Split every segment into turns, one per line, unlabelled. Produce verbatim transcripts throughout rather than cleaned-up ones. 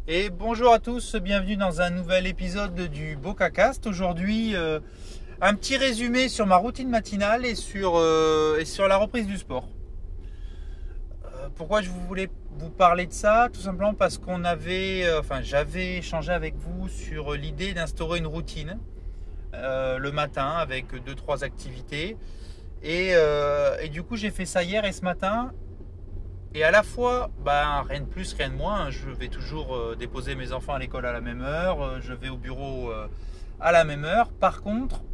Et bonjour à tous, bienvenue dans un nouvel épisode du BocaCast. Aujourd'hui, euh, un petit résumé sur ma routine matinale et sur, euh, et sur la reprise du sport. Euh, pourquoi je voulais vous parler de ça? Tout simplement parce qu'on avait, euh, enfin, j'avais échangé avec vous sur l'idée d'instaurer une routine euh, le matin avec deux trois activités. Et, euh, et du coup, j'ai fait ça hier et ce matin. Et à la fois, ben, rien de plus, rien de moins. Je vais toujours euh, déposer mes enfants à l'école à la même heure. euh, Je vais au bureau euh, à la même heure. Par contre,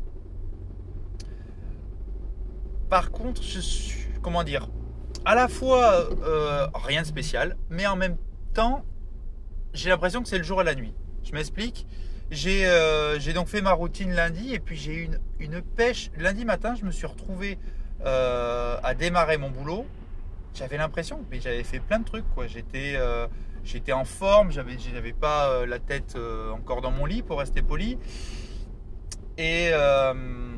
par contre, je suis, comment dire, à la fois euh, rien de spécial, mais en même temps, j'ai l'impression que c'est le jour et la nuit. Je m'explique. J'ai euh, j'ai donc fait ma routine lundi et puis j'ai eu une, une pêche. Lundi matin, je me suis retrouvé euh, à démarrer mon boulot. J'avais l'impression, mais j'avais fait plein de trucs, quoi. J'étais, euh, j'étais en forme, j'avais, j'avais pas euh, la tête euh, encore dans mon lit pour rester poli. Et euh,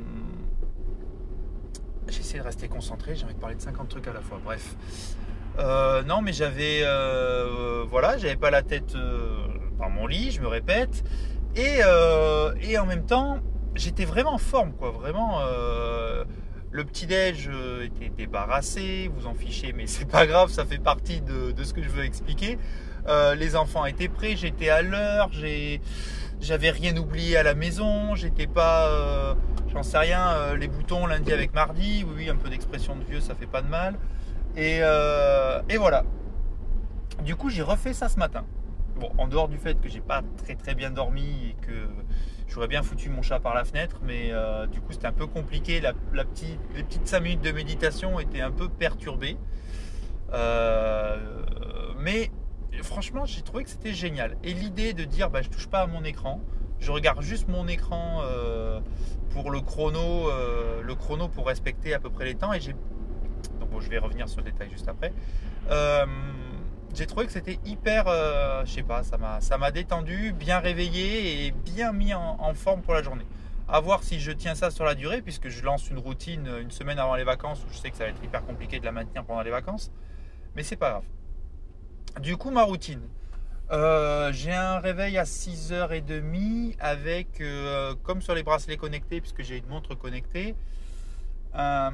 j'essaie de rester concentré. J'ai envie de parler de cinquante trucs à la fois. Bref, Euh, non, mais j'avais, euh, voilà, j'avais pas la tête euh, dans mon lit. Je me répète. Et euh, et en même temps, j'étais vraiment en forme, quoi. Vraiment. Euh, Le petit-déj euh, était débarrassé, vous en fichez, mais c'est pas grave, ça fait partie de, de ce que je veux expliquer. Euh, les enfants étaient prêts, j'étais à l'heure, j'ai, j'avais rien oublié à la maison, j'étais pas, euh, j'en sais rien, euh, les boutons lundi avec mardi, oui, oui, un peu d'expression de vieux, ça fait pas de mal. Et, euh, et voilà. Du coup, j'ai refait ça ce matin. Bon, en dehors du fait que j'ai pas très très bien dormi et que j'aurais bien foutu mon chat par la fenêtre, mais euh, du coup c'était un peu compliqué. La, la petite, les petites cinq minutes de méditation étaient un peu perturbées. Euh, mais franchement, j'ai trouvé que c'était génial. Et l'idée de dire bah, je touche pas à mon écran, je regarde juste mon écran euh, pour le chrono, euh, le chrono pour respecter à peu près les temps. Et j'ai donc bon, je vais revenir sur le détail juste après. Euh, j'ai trouvé que c'était hyper, euh, je sais pas, ça m'a, ça m'a détendu, bien réveillé et bien mis en, en forme pour la journée. À voir si je tiens ça sur la durée, puisque je lance une routine une semaine avant les vacances, où je sais que ça va être hyper compliqué de la maintenir pendant les vacances, mais c'est pas grave. Du coup, ma routine. Euh, j'ai un réveil à six heures trente avec, euh, comme sur les bracelets connectés, puisque j'ai une montre connectée, euh,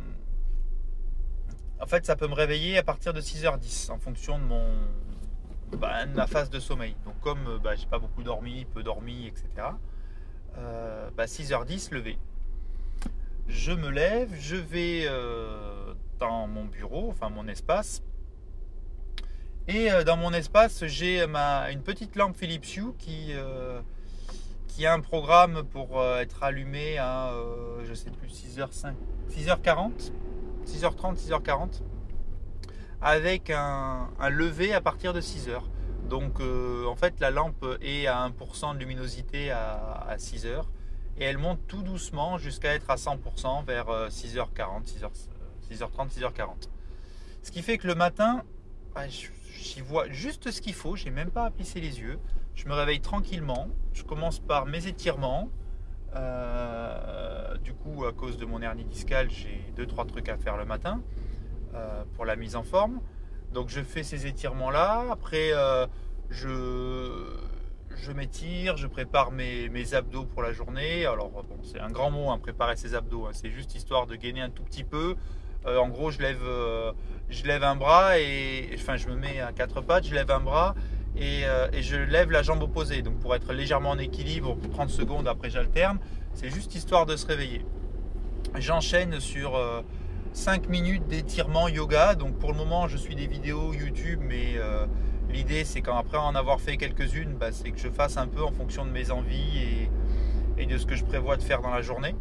en fait, ça peut me réveiller à partir de six heures dix en fonction de mon bah, de ma phase de sommeil. Donc comme bah, j'ai pas beaucoup dormi, peu dormi, et cetera. Euh, bah, six heures dix, levé. Je me lève, je vais euh, dans mon bureau, enfin mon espace. Et euh, dans mon espace, j'ai ma, une petite lampe Philips Hue qui, euh, qui a un programme pour euh, être allumé à, euh, je sais plus, six heures cinq, six heures quarante, six heures trente, six heures quarante, avec un, un lever à partir de six heures. Donc euh, en fait la lampe est à un pour cent de luminosité à, à six heures et elle monte tout doucement jusqu'à être à cent pour cent vers six heures quarante, six heures trente, six heures quarante. Ce qui fait que le matin, j'y vois juste ce qu'il faut, j'ai même pas à plisser les yeux. Je me réveille tranquillement, je commence par mes étirements. Euh, du coup, à cause de mon hernie discale, j'ai deux trois trucs à faire le matin euh, pour la mise en forme. Donc je fais ces étirements là. Après, euh, je, je m'étire, je prépare mes, mes abdos pour la journée. Alors bon, c'est un grand mot, hein, préparer ses abdos. Hein. C'est juste histoire de gainer un tout petit peu. Euh, en gros, je lève, euh, je lève un bras et enfin je me mets à quatre pattes, je lève un bras. Et, euh, et je lève la jambe opposée, donc pour être légèrement en équilibre pour trente secondes, après j'alterne. C'est juste histoire de se réveiller. J'enchaîne sur euh, cinq minutes d'étirement yoga. Donc pour le moment je suis des vidéos YouTube, mais euh, l'idée c'est qu'après en avoir fait quelques-unes, bah, c'est que je fasse un peu en fonction de mes envies et, et de ce que je prévois de faire dans la journée.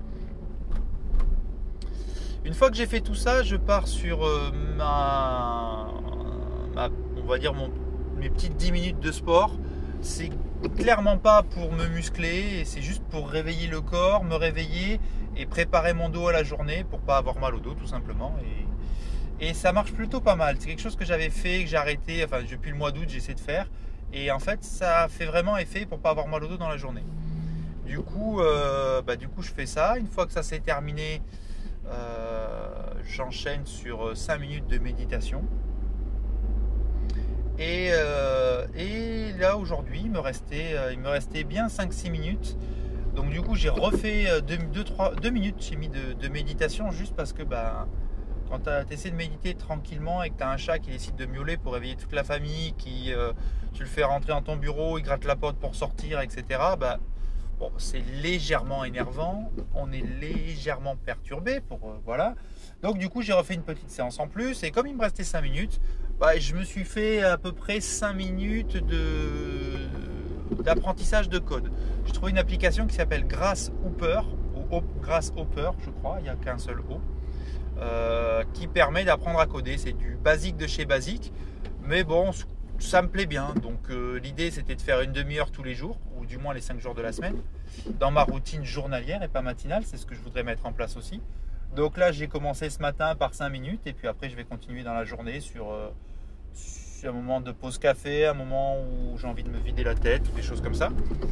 Une fois que j'ai fait tout ça, je pars sur euh, ma, ma, on va dire mon mes petites dix minutes de sport. C'est clairement pas pour me muscler, c'est juste pour réveiller le corps, me réveiller et préparer mon dos à la journée pour pas avoir mal au dos tout simplement. Et, et ça marche plutôt pas mal. C'est quelque chose que j'avais fait, que j'ai arrêté, enfin depuis le mois d'août j'essaie de faire. Et en fait ça fait vraiment effet pour pas avoir mal au dos dans la journée. Du coup, euh, bah, du coup je fais ça. Une fois que ça s'est terminé, euh, j'enchaîne sur cinq minutes de méditation. Et, euh, et là aujourd'hui, il me restait, euh, il me restait bien cinq six minutes. Donc du coup j'ai refait deux minutes, j'ai mis de, de méditation juste parce que bah, quand tu essaies de méditer tranquillement et que tu as un chat qui décide de miauler pour réveiller toute la famille, qui euh, tu le fais rentrer dans ton bureau, il gratte la porte pour sortir, et cetera. Bah, bon, c'est légèrement énervant, on est légèrement perturbé pour euh, voilà. Donc du coup j'ai refait une petite séance en plus et comme il me restait cinq minutes, bah, je me suis fait à peu près cinq minutes de d'apprentissage de code. J'ai trouvé une application qui s'appelle Grasshopper ou Grasshopper, je crois, il n'y a qu'un seul O, euh, qui permet d'apprendre à coder. C'est du basique de chez basique, mais bon, ça me plaît bien. Donc euh, l'idée c'était de faire une demi-heure tous les jours, ou du moins les cinq jours de la semaine, dans ma routine journalière et pas matinale. C'est ce que je voudrais mettre en place aussi. Donc là j'ai commencé ce matin par cinq minutes et puis après je vais continuer dans la journée sur, euh, sur un moment de pause café, un moment où j'ai envie de me vider la tête, des choses comme ça.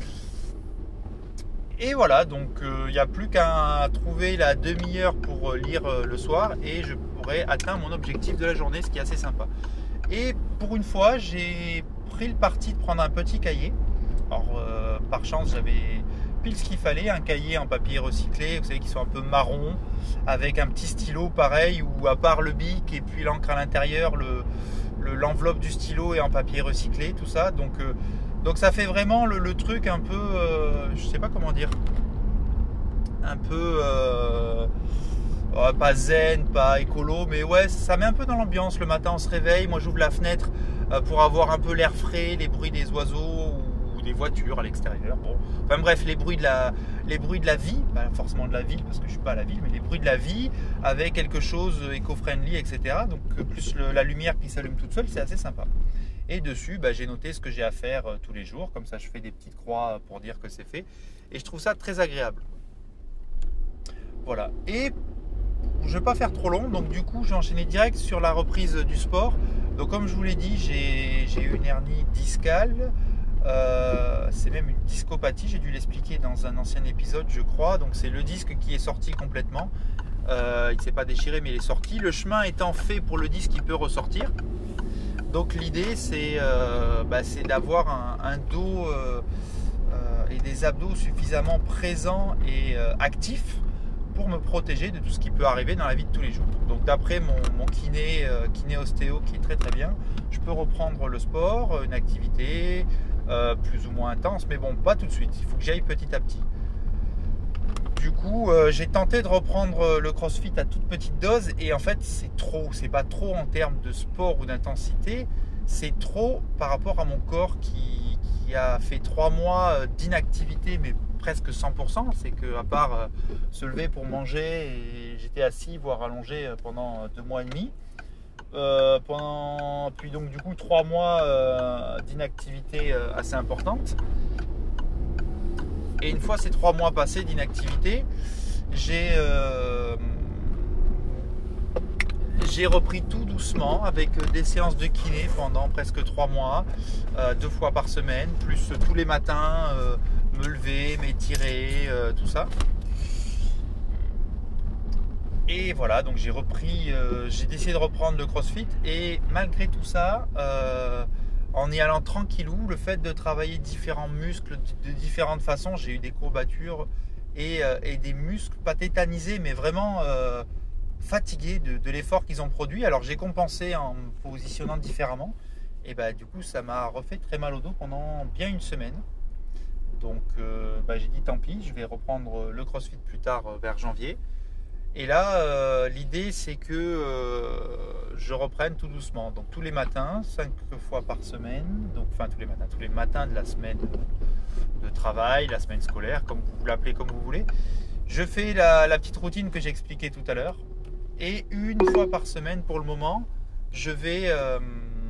Et voilà, donc il euh, n'y a plus qu'à trouver la demi-heure pour lire euh, le soir et je pourrai atteindre mon objectif de la journée, ce qui est assez sympa. Et pour une fois, j'ai pris le parti de prendre un petit cahier. Alors, euh, par chance, j'avais pile ce qu'il fallait, un cahier en papier recyclé, vous savez, qui sont un peu marron, avec un petit stylo pareil, où à part le bic et puis l'encre à l'intérieur, le, le, l'enveloppe du stylo est en papier recyclé, tout ça. Donc, euh, donc ça fait vraiment le, le truc un peu, euh, je sais pas comment dire, un peu... Euh, Euh, pas zen, pas écolo, mais ouais, ça met un peu dans l'ambiance. Le matin, on se réveille, moi j'ouvre la fenêtre euh, pour avoir un peu l'air frais, les bruits des oiseaux ou des voitures à l'extérieur. Bon, enfin bref, les bruits de la, les bruits de la vie, pas forcément de la ville parce que je suis pas à la ville, mais les bruits de la vie avec quelque chose éco-friendly, et cetera. Donc plus le, la lumière qui s'allume toute seule, c'est assez sympa. Et dessus, bah, j'ai noté ce que j'ai à faire euh, tous les jours, comme ça je fais des petites croix pour dire que c'est fait. Et je trouve ça très agréable. Voilà. Et je ne vais pas faire trop long, donc du coup j'ai enchaîné direct sur la reprise du sport. Donc comme je vous l'ai dit, j'ai, j'ai eu une hernie discale, euh, c'est même une discopathie, j'ai dû l'expliquer dans un ancien épisode je crois. Donc c'est le disque qui est sorti complètement, euh, il ne s'est pas déchiré mais il est sorti. Le chemin étant fait pour le disque qui peut ressortir. Donc l'idée c'est, euh, bah, c'est d'avoir un, un dos euh, euh, et des abdos suffisamment présents et euh, actifs pour me protéger de tout ce qui peut arriver dans la vie de tous les jours. Donc d'après mon, mon kiné, euh, kiné ostéo qui est très très bien, je peux reprendre le sport, une activité euh, plus ou moins intense, mais bon, pas tout de suite, il faut que j'aille petit à petit. Du coup, euh, j'ai tenté de reprendre le CrossFit à toute petite dose et en fait c'est trop, c'est pas trop en termes de sport ou d'intensité, c'est trop par rapport à mon corps qui, qui a fait trois mois d'inactivité, mais presque cent pour cent, c'est qu'à part euh, se lever pour manger, et j'étais assis voire allongé pendant deux mois et demi. Euh, pendant, puis donc du coup trois mois euh, d'inactivité euh, assez importante. Et une fois ces trois mois passés d'inactivité, j'ai euh, j'ai repris tout doucement avec des séances de kiné pendant presque trois mois, euh, deux fois par semaine, plus tous les matins. Euh, me lever, m'étirer, euh, tout ça. Et voilà, donc j'ai repris, euh, j'ai décidé de reprendre le CrossFit et malgré tout ça, euh, en y allant tranquillou, le fait de travailler différents muscles de, de différentes façons, j'ai eu des courbatures et, euh, et des muscles pas tétanisés, mais vraiment euh, fatigués de, de l'effort qu'ils ont produit. Alors j'ai compensé en me positionnant différemment et bah, du coup ça m'a refait très mal au dos pendant bien une semaine. Donc euh, bah, j'ai dit tant pis, je vais reprendre le CrossFit plus tard euh, vers janvier. Et là, euh, l'idée c'est que euh, je reprenne tout doucement. Donc tous les matins, cinq fois par semaine, donc enfin tous les matins, tous les matins de la semaine de travail, la semaine scolaire, comme vous l'appelez comme vous voulez. Je fais la, la petite routine que j'ai expliquée tout à l'heure. Et une fois par semaine pour le moment, je vais... Euh,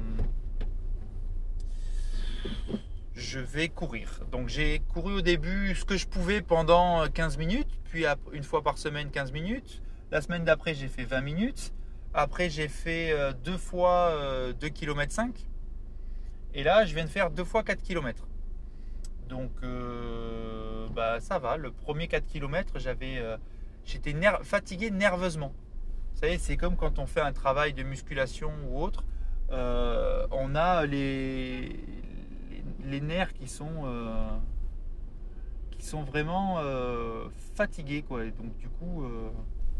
je vais courir. Donc j'ai couru au début ce que je pouvais pendant quinze minutes, puis une fois par semaine quinze minutes. La semaine d'après j'ai fait vingt minutes. Après j'ai fait deux fois deux virgule cinq kilomètres. Et là je viens de faire deux fois quatre kilomètres. Donc euh, bah, ça va. Le premier quatre kilomètres, j'avais, euh, j'étais ner- fatigué nerveusement. Vous savez, c'est comme quand on fait un travail de musculation ou autre. Euh, on a les... les nerfs qui sont, euh, qui sont vraiment euh, fatigués, quoi. Et donc du coup, euh,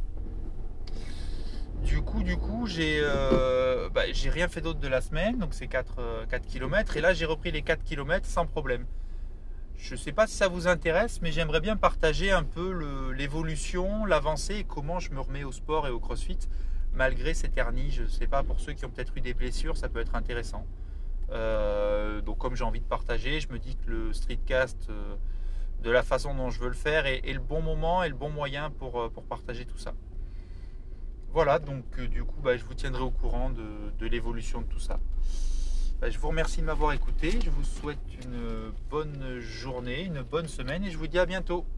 du coup, du coup, j'ai euh, bah, j'ai rien fait d'autre de la semaine, donc c'est quatre kilomètres. Et là, j'ai repris les quatre kilomètres sans problème. Je ne sais pas si ça vous intéresse, mais j'aimerais bien partager un peu le- l'évolution, l'avancée et comment je me remets au sport et au crossfit malgré cette hernie. Je ne sais pas, pour ceux qui ont peut-être eu des blessures, ça peut être intéressant. Euh, donc comme j'ai envie de partager, je me dis que le streetcast, euh, de la façon dont je veux le faire, est, est le bon moment et le bon moyen pour, euh, pour partager tout ça. Voilà, donc euh, du coup, bah, je vous tiendrai au courant de, de l'évolution de tout ça. Bah, je vous remercie de m'avoir écouté, je vous souhaite une bonne journée, une bonne semaine et je vous dis à bientôt.